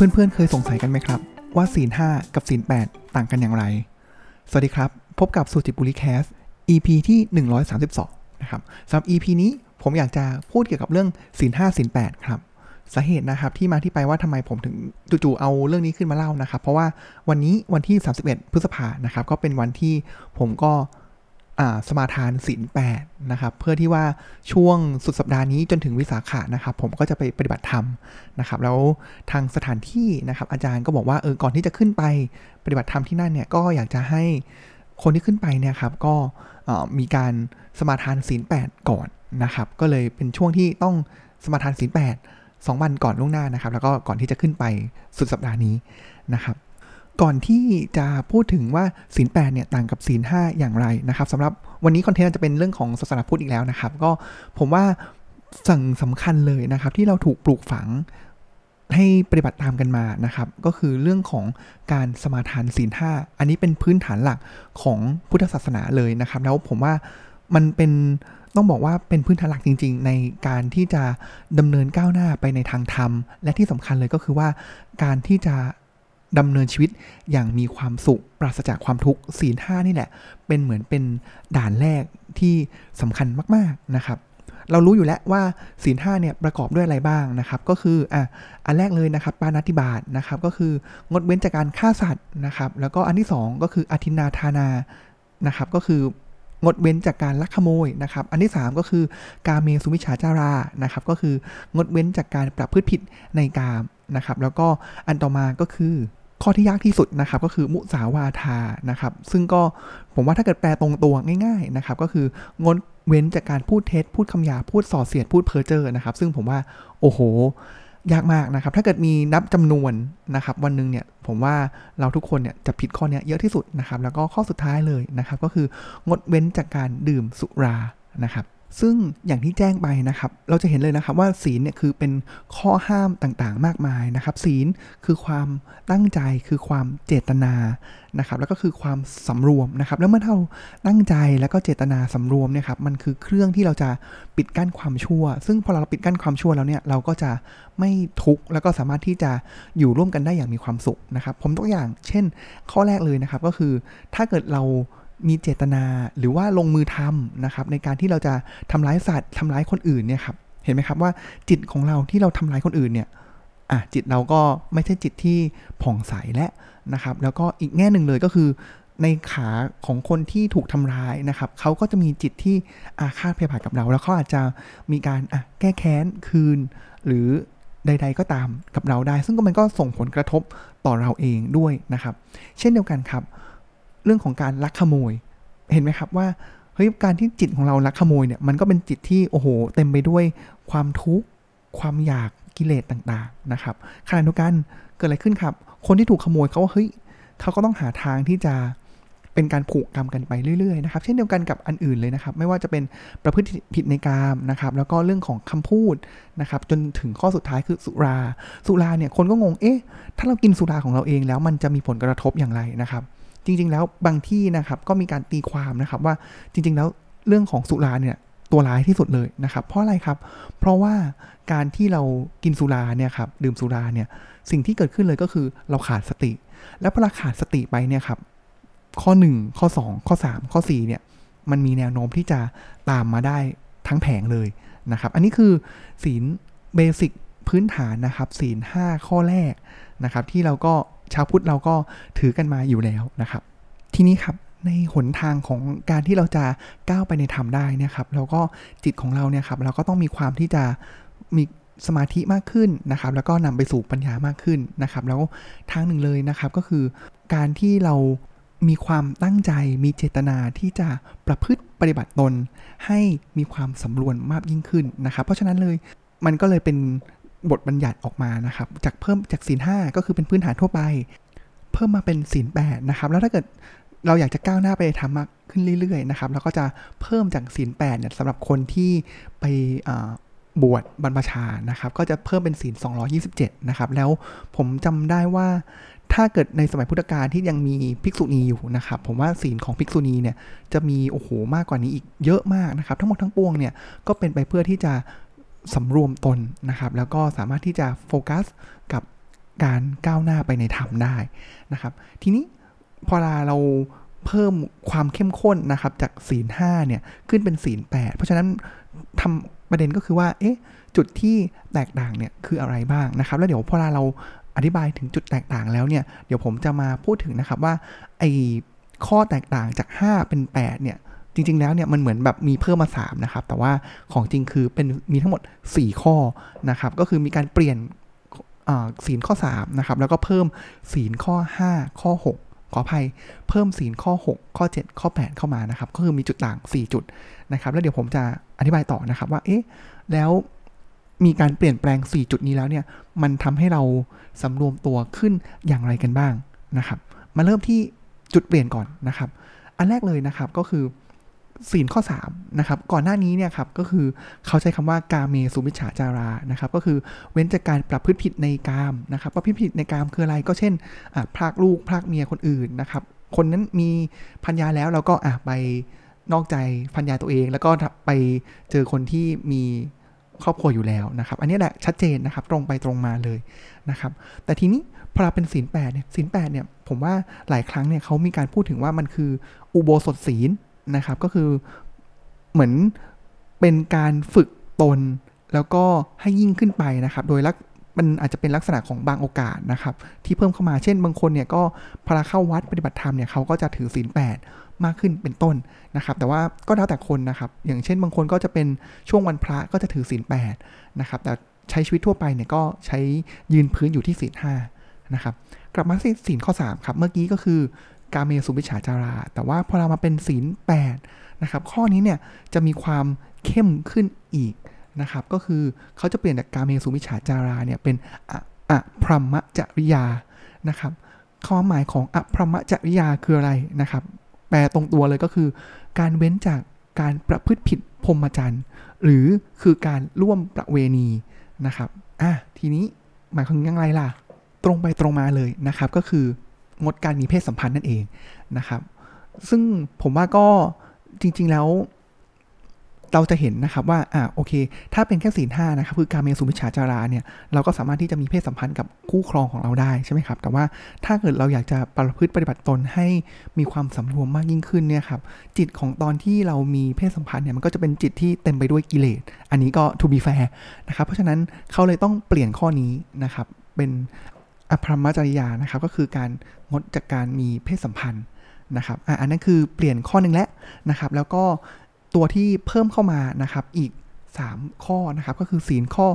เพื่อนๆเคยสงสัยกันไหมครับว่าศีล5กับศีล8ต่างกันอย่างไรสวัสดีครับพบกับสุจิตบุรีแคส EP ที่132นะครับสำหรับ EP นี้ผมอยากจะพูดเกี่ยวกับเรื่องศีล5ศีล8ครับสาเหตุนะครับที่มาที่ไปว่าทำไมผมถึงจู่ๆเอาเรื่องนี้ขึ้นมาเล่านะครับเพราะว่าวันนี้วันที่31พฤษภาคมนะครับก็เป็นวันที่ผมก็สมาทานศีล8นะครับเพื่อที่ว่าช่วงสุดสัปดาห์นี้จนถึงวิสาขะนะครับผมก็จะไปปฏิบัติธรรมนะครับแล้วทางสถานที่นะครับอาจารย์ก็บอกว่าก่อนที่จะขึ้นไปปฏิบัติธรรมที่นั่นเนี่ยก็อยากจะให้คนที่ขึ้นไปเนี่ยครับก็มีการสมาทานศีล8ก่อนนะครับก็เลยเป็นช่วงที่ต้องสมาทานศีล8 2 วันก่อนล่วงหน้านะครับแล้วก็ก่อนที่จะขึ้นไปสุดสัปดาห์นี้นะครับก่อนที่จะพูดถึงว่าศีล8เนี่ยต่างกับศีล5อย่างไรนะครับสำหรับวันนี้คอนเทนต์จะเป็นเรื่องของศาสนาพุทธอีกแล้วนะครับก็ผมว่าสิ่งสำคัญเลยนะครับที่เราถูกปลูกฝังให้ปฏิบัติตามกันมานะครับก็คือเรื่องของการสมาทานศีล5อันนี้เป็นพื้นฐานหลักของพุทธศาสนาเลยนะครับแล้วผมว่ามันเป็นต้องบอกว่าเป็นพื้นฐานหลักจริงๆในการที่จะดำเนินก้าวหน้าไปในทางธรรมและที่สำคัญเลยก็คือว่าการที่จะดำเนินชีวิตอย่างมีความสุขปราศจากความทุกข์ศีล5นี่แหละเป็นเหมือนเป็นด่านแรกที่สำคัญมากๆนะครับเรารู้อยู่แล้วว่าศีล5เนี่ยประกอบด้วยอะไรบ้างนะครับก็คืออันแรกเลยนะครับปาณาติบาตนะครับก็คืองดเว้นจากการฆ่าสัตว์นะครับแล้วก็อันที่2ก็คืออทินนาทานานะครับก็คืองดเว้นจากการลักขโมยนะครับอันที่3ก็คือกาเมสุมิจฉาจารานะครับก็คืองดเว้นจากการประพฤติผิดในกามนะครับแล้วก็อันต่อมาก็คือข้อที่ยากที่สุดนะครับก็คือมุสาวาทานะครับซึ่งก็ผมว่าถ้าเกิดแปลตรงตัวง่ายๆนะครับก็คืองดเว้นจากการพูดเท็จพูดคำหยาบพูดส่อเสียดพูดเพ้อเจ้อนะครับซึ่งผมว่าโอ้โหยากมากนะครับถ้าเกิดมีนับจำนวนนะครับวันนึงเนี่ยผมว่าเราทุกคนเนี่ยจะผิดข้อนี้เยอะที่สุดนะครับแล้วก็ข้อสุดท้ายเลยนะครับก็คืองดเว้นจากการดื่มสุรานะครับซึ่งอย่างที่แจ้งไปนะครับเราจะเห็นเลยนะครับว่าศีลเนี่ยคือเป็นข้อห้ามต่างๆมากมายนะครับศีลคือความตั้งใจคือความเจตนานะครับแล้วก็คือความสำรวมนะครับแล้วเมื่อเราตั้งใจแล้วก็เจตนาสำรวมเนี่ยครับมันคือเครื่องที่เราจะปิดกั้นความชั่วซึ่งพอเราปิดกั้นความชั่วแล้วเนี่ยเราก็จะไม่ทุกข์แล้วก็สามารถที่จะอยู่ร่วมกันได้อย่างมีความสุขนะครับผมตัวอย่างเช่นข้อแรกเลยนะครับก็คือถ้าเกิดเรามีเจตนาหรือว่าลงมือทำนะครับในการที่เราจะทำร้ายสัตว์ทำร้ายคนอื่นเนี่ยครับเห็นไหมครับว่าจิตของเราที่เราทำร้ายคนอื่นเนี่ยจิตเราก็ไม่ใช่จิตที่ผ่องใสและนะครับแล้วก็อีกแง่หนึ่งเลยก็คือในขาของคนที่ถูกทำร้ายนะครับเขาก็จะมีจิตที่อาฆาตพยาบาทกับเราแล้วเขาอาจจะมีการแก้แค้นคืนหรือใดๆก็ตามกับเราได้ซึ่งมันก็ส่งผลกระทบต่อเราเองด้วยนะครับเช่นเดียวกันครับเรื่องของการลักขโมยเห็นไหมครับว่าเฮ้ยการที่จิตของเราลักขโมยเนี่ยมันก็เป็นจิตที่โอ้โหเต็มไปด้วยความทุกข์ความอยากกิเลสต่างๆนะครับขณะเดียวกันเกิดอะไรขึ้นครับคนที่ถูกขโมยเขาว่าเฮ้ยเขาก็ต้องหาทางที่จะเป็นการผูกกรรมกันไปเรื่อยๆนะครับเช่นเดียวกันกับอันอื่นเลยนะครับไม่ว่าจะเป็นประพฤติผิดในกามนะครับแล้วก็เรื่องของคำพูดนะครับจนถึงข้อสุดท้ายคือสุราเนี่ยคนก็งงถ้าเรากินสุราของเราเองแล้วมันจะมีผลกระทบอย่างไรนะครับจริงๆแล้วบางที่นะครับก็มีการตีความนะครับว่าจริงๆแล้วเรื่องของสุราเนี่ยตัวร้ายที่สุดเลยนะครับเพราะอะไรครับเพราะว่าการที่เรากินสุราเนี่ยครับดื่มสุราเนี่ยสิ่งที่เกิดขึ้นเลยก็คือเราขาดสติแล้วพอเราขาดสติไปเนี่ยครับข้อ1ข้อ2ข้อ3ข้อ4เนี่ยมันมีแนวโน้มที่จะตามมาได้ทั้งแผงเลยนะครับอันนี้คือศีลเบสิกพื้นฐานนะครับศีล5ข้อแรกนะครับที่เราก็ชาวพุทธเราก็ถือกันมาอยู่แล้วนะครับทีนี้ครับในหนทางของการที่เราจะก้าวไปในธรรมได้เนี่ยครับเราก็จิตของเราเนี่ยครับเราก็ต้องมีความที่จะมีสมาธิมากขึ้นนะครับแล้วก็นำไปสู่ปัญญามากขึ้นนะครับแล้วทางหนึ่งเลยนะครับก็คือการที่เรามีความตั้งใจมีเจตนาที่จะประพฤติปฏิบัติตนให้มีความสำรวมมากยิ่งขึ้นนะครับเพราะฉะนั้นเลยมันก็เลยเป็นบทบัญญัติออกมานะครับจากเพิ่มจากศีล5ก็คือเป็นพื้นฐานทั่วไปเพิ่มมาเป็นศีล8นะครับแล้วถ้าเกิดเราอยากจะก้าวหน้าไปทำมากขึ้นเรื่อยๆนะครับแล้วก็จะเพิ่มจากศีล8เนี่ยสำหรับคนที่ไปบวชบรรพชานะครับก็จะเพิ่มเป็นศีล227นะครับแล้วผมจำได้ว่าถ้าเกิดในสมัยพุทธกาลที่ยังมีภิกษุณีอยู่นะครับผมว่าศีลของภิกษุณีเนี่ยจะมีโอ้โหมากกว่านี้อีกเยอะมากนะครับทั้งหมดทั้งปวงเนี่ยก็เป็นไปเพื่อที่จะสำรวมตนนะครับแล้วก็สามารถที่จะโฟกัสกับการก้าวหน้าไปในธรรมได้นะครับทีนี้พอเราเพิ่มความเข้มข้นนะครับจากศีล5เนี่ยขึ้นเป็นศีล8เพราะฉะนั้นทำประเด็นก็คือว่าจุดที่แตกต่างเนี่ยคืออะไรบ้างนะครับแล้วเดี๋ยวพอเราอธิบายถึงจุดแตกต่างแล้วเนี่ยเดี๋ยวผมจะมาพูดถึงนะครับว่าไอ้ข้อแตกต่างจาก5เป็น8เนี่ยจริงๆแล้วเนี่ยมันเหมือนแบบมีเพิ่มมา3นะครับแต่ว่าของจริงคือเป็นมีทั้งหมด4ข้อนะครับก็คือมีการเปลี่ยนศีลข้อ3นะครับแล้วก็เพิ่มศีลข้อ5ข้อ6ขออภัยเพิ่มศีลข้อ6ข้อ7ข้อ8เข้ามานะครับก็คือมีจุดต่าง4จุดนะครับแล้วเดี๋ยวผมจะอธิบายต่อนะครับว่าแล้วมีการเปลี่ยนแปลง4จุดนี้แล้วเนี่ยมันทำให้เราสำรวมตัวขึ้นอย่างไรกันบ้างนะครับมาเริ่มที่จุดเปลี่ยนก่อนนะครับอันแรกเลยนะครับก็คือศีลข้อ3นะครับก่อนหน้านี้เนี่ยครับก็คือเขาใช้คำว่ากาเมสุมิจฉาจารานะครับก็คือเว้นจากการประพฤติผิดในกามนะครับประพฤติผิดในกามคืออะไรก็เช่นพรากลูกพรากเมียคนอื่นนะครับคนนั้นมีภรรยาแล้วเราก็ไปนอกใจภรรยาตัวเองแล้วก็ไปเจอคนที่มีครอบครัวอยู่แล้วนะครับอันนี้แหละชัดเจนนะครับตรงไปตรงมาเลยนะครับแต่ทีนี้พอเป็นศีล8เนี่ยศีล8เนี่ยผมว่าหลายครั้งเนี่ยเขามีการพูดถึงว่ามันคืออุโบสถศีลนะครับก็คือเหมือนเป็นการฝึกตนแล้วก็ให้ยิ่งขึ้นไปนะครับโดยมันอาจจะเป็นลักษณะของบางโอกาสนะครับที่เพิ่มเข้ามาเช่นบางคนเนี่ยก็พอเข้าวัดปฏิบัติธรรมเนี่ยเขาก็จะถือศีล8มากขึ้นเป็นต้นนะครับแต่ว่าก็แล้วแต่คนนะครับอย่างเช่นบางคนก็จะเป็นช่วงวันพระก็จะถือศีล8นะครับแต่ใช้ชีวิตทั่วไปเนี่ยก็ใช้ยืนพื้นอยู่ที่ศีล5นะครับกลับมาที่ศีลข้อ3ครับเมื่อกี้ก็คือกาเมสุมิจฉาจาราแต่ว่าพอเรามาเป็นศีล8นะครับข้อนี้เนี่ยจะมีความเข้มขึ้นอีกนะครับก็คือเขาจะเปลี่ยนจากกาเมสุมิจฉาจาราเนี่ยเป็นอพรหมจริยานะครับความหมายของอพรหมจริยาคืออะไรนะครับแปลตรงตัวเลยก็คือการเว้นจากการประพฤติผิดพรหมจรรย์หรือคือการร่วมประเวณีนะครับทีนี้หมายความยังไงล่ะตรงไปตรงมาเลยนะครับก็คืองดการมีเพศสัมพันธ์นั่นเองนะครับซึ่งผมว่าก็จริงๆแล้วเราจะเห็นนะครับว่าโอเคถ้าเป็นแค่ศีล5นะครับคือกาเมสุมิจฉาจาราเนี่ยเราก็สามารถที่จะมีเพศสัมพันธ์กับคู่ครองของเราได้ใช่ไหมครับแต่ว่าถ้าเกิดเราอยากจะประพฤติปฏิบัติตนให้มีความสำรวมมากยิ่งขึ้นเนี่ยครับจิตของตอนที่เรามีเพศสัมพันธ์เนี่ยมันก็จะเป็นจิตที่เต็มไปด้วยกิเลสอันนี้ก็ to be fair นะครับเพราะฉะนั้นเขาเลยต้องเปลี่ยนข้อนี้นะครับเป็นอพรหมจริยานะครับก็คือการงดจากการมีเพศสัมพันธ์นะครับอันนั้นคือเปลี่ยนข้อนึงแล้วนะครับแล้วก็ตัวที่เพิ่มเข้ามานะครับอีก3ข้อนะครับก็คือศีลข้อ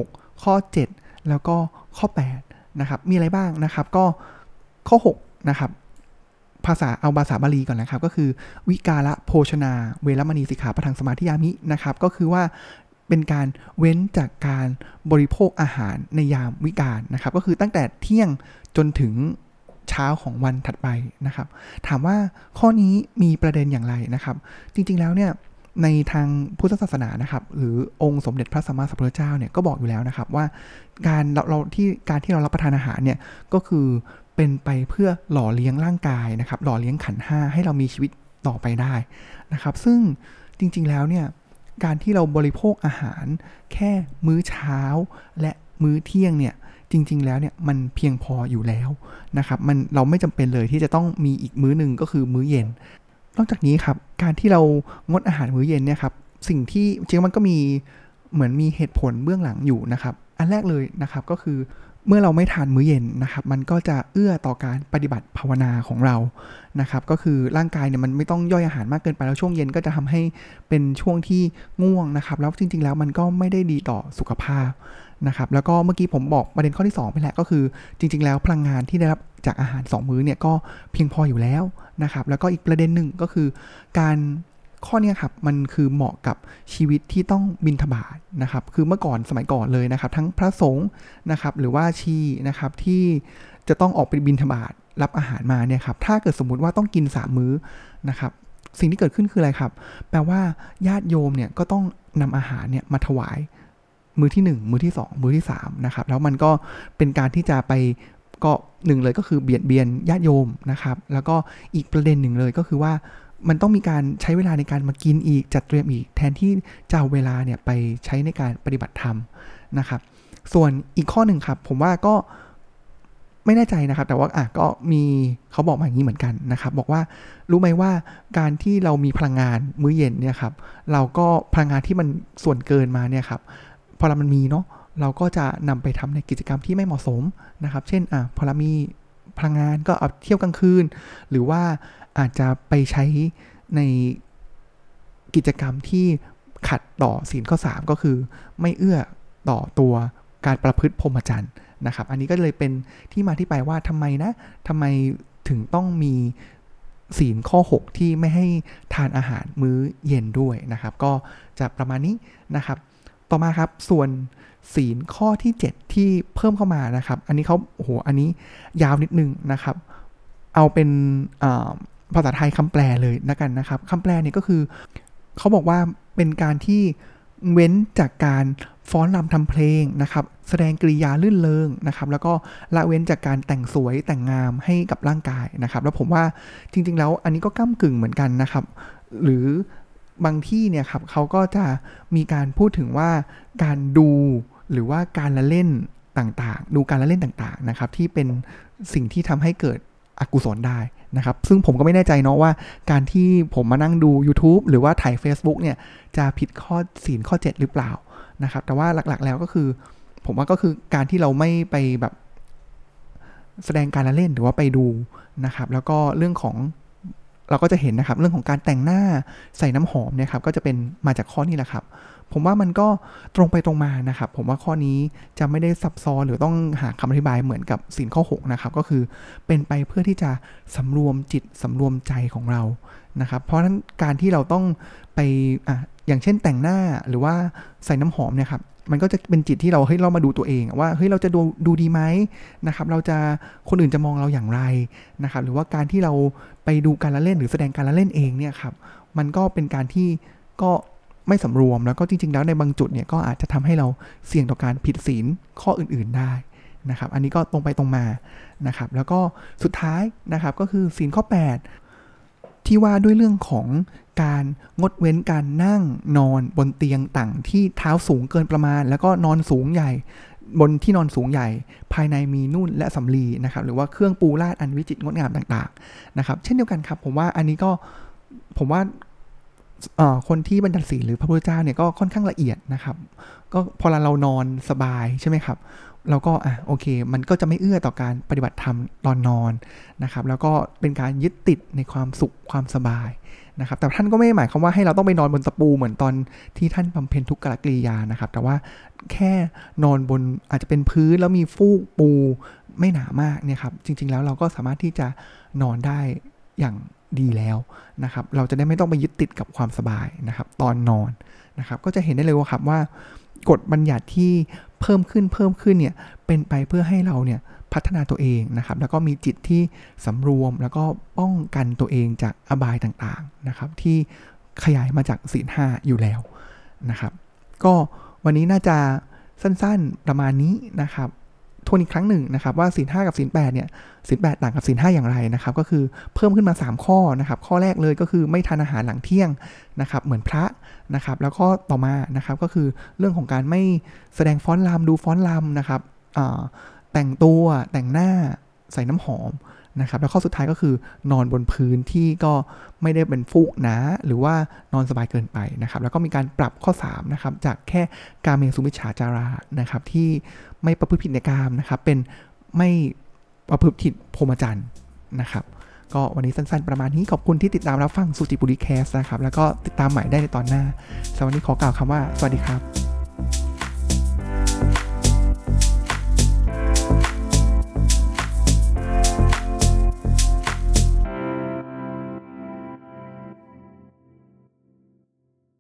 6ข้อ7แล้วก็ข้อ8นะครับมีอะไรบ้างนะครับก็ข้อ6นะครับภาษาบาลีก่อนนะครับก็คือวิกาละโภชนาเวรมณีสิกขาปะทังสมาธิยามินะครับก็คือว่าเป็นการเว้นจากการบริโภคอาหารในยามวิกาลนะครับก็คือตั้งแต่เที่ยงจนถึงเช้าของวันถัดไปนะครับถามว่าข้อนี้มีประเด็นอย่างไรนะครับจริงๆแล้วเนี่ยในทางพุทธศาสนานะครับหรือองค์สมเด็จพระสัมมาสัมพุทธเจ้าเนี่ยก็บอกอยู่แล้วนะครับว่าการที่เรารับประทานอาหารเนี่ยก็คือเป็นไปเพื่อหล่อเลี้ยงร่างกายนะครับหล่อเลี้ยงขันธ์5ให้เรามีชีวิตต่อไปได้นะครับซึ่งจริงๆแล้วเนี่ยการที่เราบริโภคอาหารแค่มื้อเช้าและมื้อเที่ยงเนี่ยจริงๆแล้วเนี่ยมันเพียงพออยู่แล้วนะครับเราไม่จำเป็นเลยที่จะต้องมีอีกมื้อหนึ่งก็คือมื้อเย็นนอกจากนี้ครับการที่เรางดอาหารมื้อเย็นเนี่ยครับสิ่งที่จริงมันก็มีเหมือนมีเหตุผลเบื้องหลังอยู่นะครับอันแรกเลยนะครับก็คือเมื่อเราไม่ทานมื้อเย็นนะครับมันก็จะเอื้อต่อการปฏิบัติภาวนาของเรานะครับก็คือร่างกายเนี่ยมันไม่ต้องย่อยอาหารมากเกินไปแล้วช่วงเย็นก็จะทำให้เป็นช่วงที่ง่วงนะครับแล้วจริงๆแล้วมันก็ไม่ได้ดีต่อสุขภาพนะครับแล้วก็เมื่อกี้ผมบอกประเด็นข้อที่2ไปแล้วก็คือจริงๆแล้วพลังงานที่ได้รับจากอาหาร2มื้อเนี่ยก็เพียงพออยู่แล้วนะครับแล้วก็อีกประเด็นหนึ่งก็คือการข้อนี้ครับมันคือเหมาะกับชีวิตที่ต้องบิณฑบาตนะครับคือเมื่อก่อนสมัยก่อนเลยนะครับทั้งพระสงฆ์นะครับหรือว่าชีนะครับที่จะต้องออกไปบิณฑบาตรับอาหารมาเนี่ยครับถ้าเกิดสมมุติว่าต้องกิน3มื้อนะครับสิ่งที่เกิดขึ้นคืออะไรครับแปลว่าญาติโยมเนี่ยก็ต้องนำอาหารเนี่ยมาถวายมื้อที่1มื้อที่2มื้อที่3นะครับแล้วมันก็เป็นการที่จะไปก็หนึ่งเลยก็คือเบียดเบียนญาติโยมนะครับแล้วก็อีกประเด็นหนึ่งเลยก็คือว่ามันต้องมีการใช้เวลาในการมากินอีกจัดเตรียมอีกแทนที่จะเอาเวลาเนี่ยไปใช้ในการปฏิบัติธรรมนะครับส่วนอีกข้อหนึ่งครับผมว่าก็ไม่แน่ใจนะครับแต่ว่าก็มีเขาบอกมาอย่างนี้เหมือนกันนะครับบอกว่ารู้ไหมว่าการที่เรามีพลังงานมื้อเย็นเนี่ยครับเราก็พลังงานที่มันส่วนเกินมาเนี่ยครับพอมันมีเนาะเราก็จะนำไปทำในกิจกรรมที่ไม่เหมาะสมนะครับเช่นพอเรามีพลังงานก็เอาเที่ยวกลางคืนหรือว่าอาจจะไปใช้ในกิจกรรมที่ขัดต่อศีลข้อ3ก็คือไม่เอื้อต่อตัวการประพฤติพรหมจรรย์นะครับอันนี้ก็เลยเป็นที่มาที่ไปว่าทำไมถึงต้องมีศีลข้อ6ที่ไม่ให้ทานอาหารมื้อเย็นด้วยนะครับก็จะประมาณนี้นะครับต่อมาครับส่วนศีลข้อที่7ที่เพิ่มเข้ามานะครับอันนี้เขาอันนี้ยาวนิดนึงนะครับเอาเป็นภาษาไทยคำแปลเลยกันนะครับคำแปลนี่ก็คือเขาบอกว่าเป็นการที่เว้นจากการฟ้อนรำทำเพลงนะครับแสดงกริยาลื่นเริงนะครับแล้วก็ละเว้นจากการแต่งสวยแต่งงามให้กับร่างกายนะครับแล้วผมว่าจริงๆแล้วอันนี้ก็ก้ำกึ่งเหมือนกันนะครับหรือบางที่เนี่ยครับเขาก็จะมีการพูดถึงว่าการดูหรือว่าการละเล่นต่างๆดูการละเล่นต่างๆนะครับที่เป็นสิ่งที่ทำให้เกิดอกุศลได้นะครับซึ่งผมก็ไม่แน่ใจเนาะว่าการที่ผมมานั่งดู YouTube หรือว่าถ่าย Facebook เนี่ยจะผิดข้อศีลข้อ7หรือเปล่านะครับแต่ว่าหลักๆแล้วก็คือผมว่าก็คือการที่เราไม่ไปแบบแสดงการละเล่นหรือว่าไปดูนะครับแล้วก็เรื่องของเราก็จะเห็นนะครับเรื่องของการแต่งหน้าใส่น้ำหอมเนี่ยครับก็จะเป็นมาจากข้อนี้แหละครับผมว่ามันก็ตรงไปตรงมานะครับผมว่าข้อนี้จะไม่ได้ซับซ้อนหรือต้องหาคำอธิบายเหมือนกับศีลข้อ6นะครับก็คือเป็นไปเพื่อที่จะสำรวมจิตสำรวมใจของเรานะครับเพราะฉะนั้นการที่เราต้องไปอย่างเช่นแต่งหน้าหรือว่าใส่น้ำหอมเนี่ยครับมันก็จะเป็นจิตที่เราเรามาดูตัวเองว่าเราจะดูดีไหมนะครับเราจะคนอื่นจะมองเราอย่างไรนะครับหรือว่าการที่เราไปดูการละเล่นหรือแสดงการละเล่นเองเนี่ยครับมันก็เป็นการที่ก็ไม่สำรวมแล้วก็จริงๆแล้วในบางจุดเนี่ยก็อาจจะทำให้เราเสี่ยงต่อการผิดศีลข้ออื่นๆได้นะครับอันนี้ก็ตรงไปตรงมานะครับแล้วก็สุดท้ายนะครับก็คือศีลข้อ8ที่ว่าด้วยเรื่องของการงดเว้นการนั่งนอนบนเตียงต่างที่เท้าสูงเกินประมาณแล้วก็นอนสูงใหญ่บนที่นอนสูงใหญ่ภายในมีนุ่นและสำลีนะครับหรือว่าเครื่องปูราดอันวิจิตรงดงามต่างๆนะครับเช่นเดียวกันครับผมว่าอันนี้ก็ผมว่าคนที่บัญญัติศีลหรือพระพุทธเจ้าเนี่ยก็ค่อนข้างละเอียดนะครับก็พอเรานอนสบายใช่ไหมครับเราก็โอเคมันก็จะไม่เอื้อต่อการปฏิบัติธรรมตอนนอนนะครับแล้วก็เป็นการยึดติดในความสุขความสบายนะครับแต่ท่านก็ไม่หมายความว่าให้เราต้องไปนอนบนตะปูเหมือนตอนที่ท่านบำเพ็ญทุกขกิริยานะครับแต่ว่าแค่นอนบนอาจจะเป็นพื้นแล้วมีฟูกปูไม่หนามากเนี่ยครับจริงๆแล้วเราก็สามารถที่จะนอนได้อย่างดีแล้วนะครับเราจะได้ไม่ต้องไปยึดติดกับความสบายนะครับตอนนอนนะครับก็จะเห็นได้เลยว่าครับว่ากฎบัญญัติที่เพิ่มขึ้นเนี่ยเป็นไปเพื่อให้เราเนี่ยพัฒนาตัวเองนะครับแล้วก็มีจิตที่สำรวมแล้วก็ป้องกันตัวเองจากอบายต่างๆนะครับที่ขยายมาจากศีล5อยู่แล้วนะครับก็วันนี้น่าจะสั้นๆประมาณนี้นะครับทวนอีกครั้งหนึ่งนะครับว่าศีล5กับศีล8เนี่ยศีล8ต่างกับศีล5อย่างไรนะครับก็คือเพิ่มขึ้นมา3ข้อนะครับข้อแรกเลยก็คือไม่ทานอาหารหลังเที่ยงนะครับเหมือนพระนะครับแล้วก็ต่อมานะครับก็คือเรื่องของการไม่แสดงฟ้อนรำดูฟ้อนรำนะครับแต่งตัวแต่งหน้าใส่น้ำหอมนะครับแล้วข้อสุดท้ายก็คือนอนบนพื้นที่ก็ไม่ได้เป็นฟูกหนาหรือว่านอนสบายเกินไปนะครับแล้วก็มีการปรับข้อ3นะครับจากแค่กาเมสุมิจฉาจารานะครับที่ไม่ประพฤติผิดในกามนะครับเป็นไม่ประพฤติผิดพรหมจรรย์นะครับก็วันนี้สั้นๆประมาณนี้ขอบคุณที่ติดตามรับฟังสุจิบุรีแคสนะครับแล้วก็ติดตามใหม่ได้ในตอนหน้าสำหรับวันนี้ขอกล่าวคำว่าสวัสดีครับ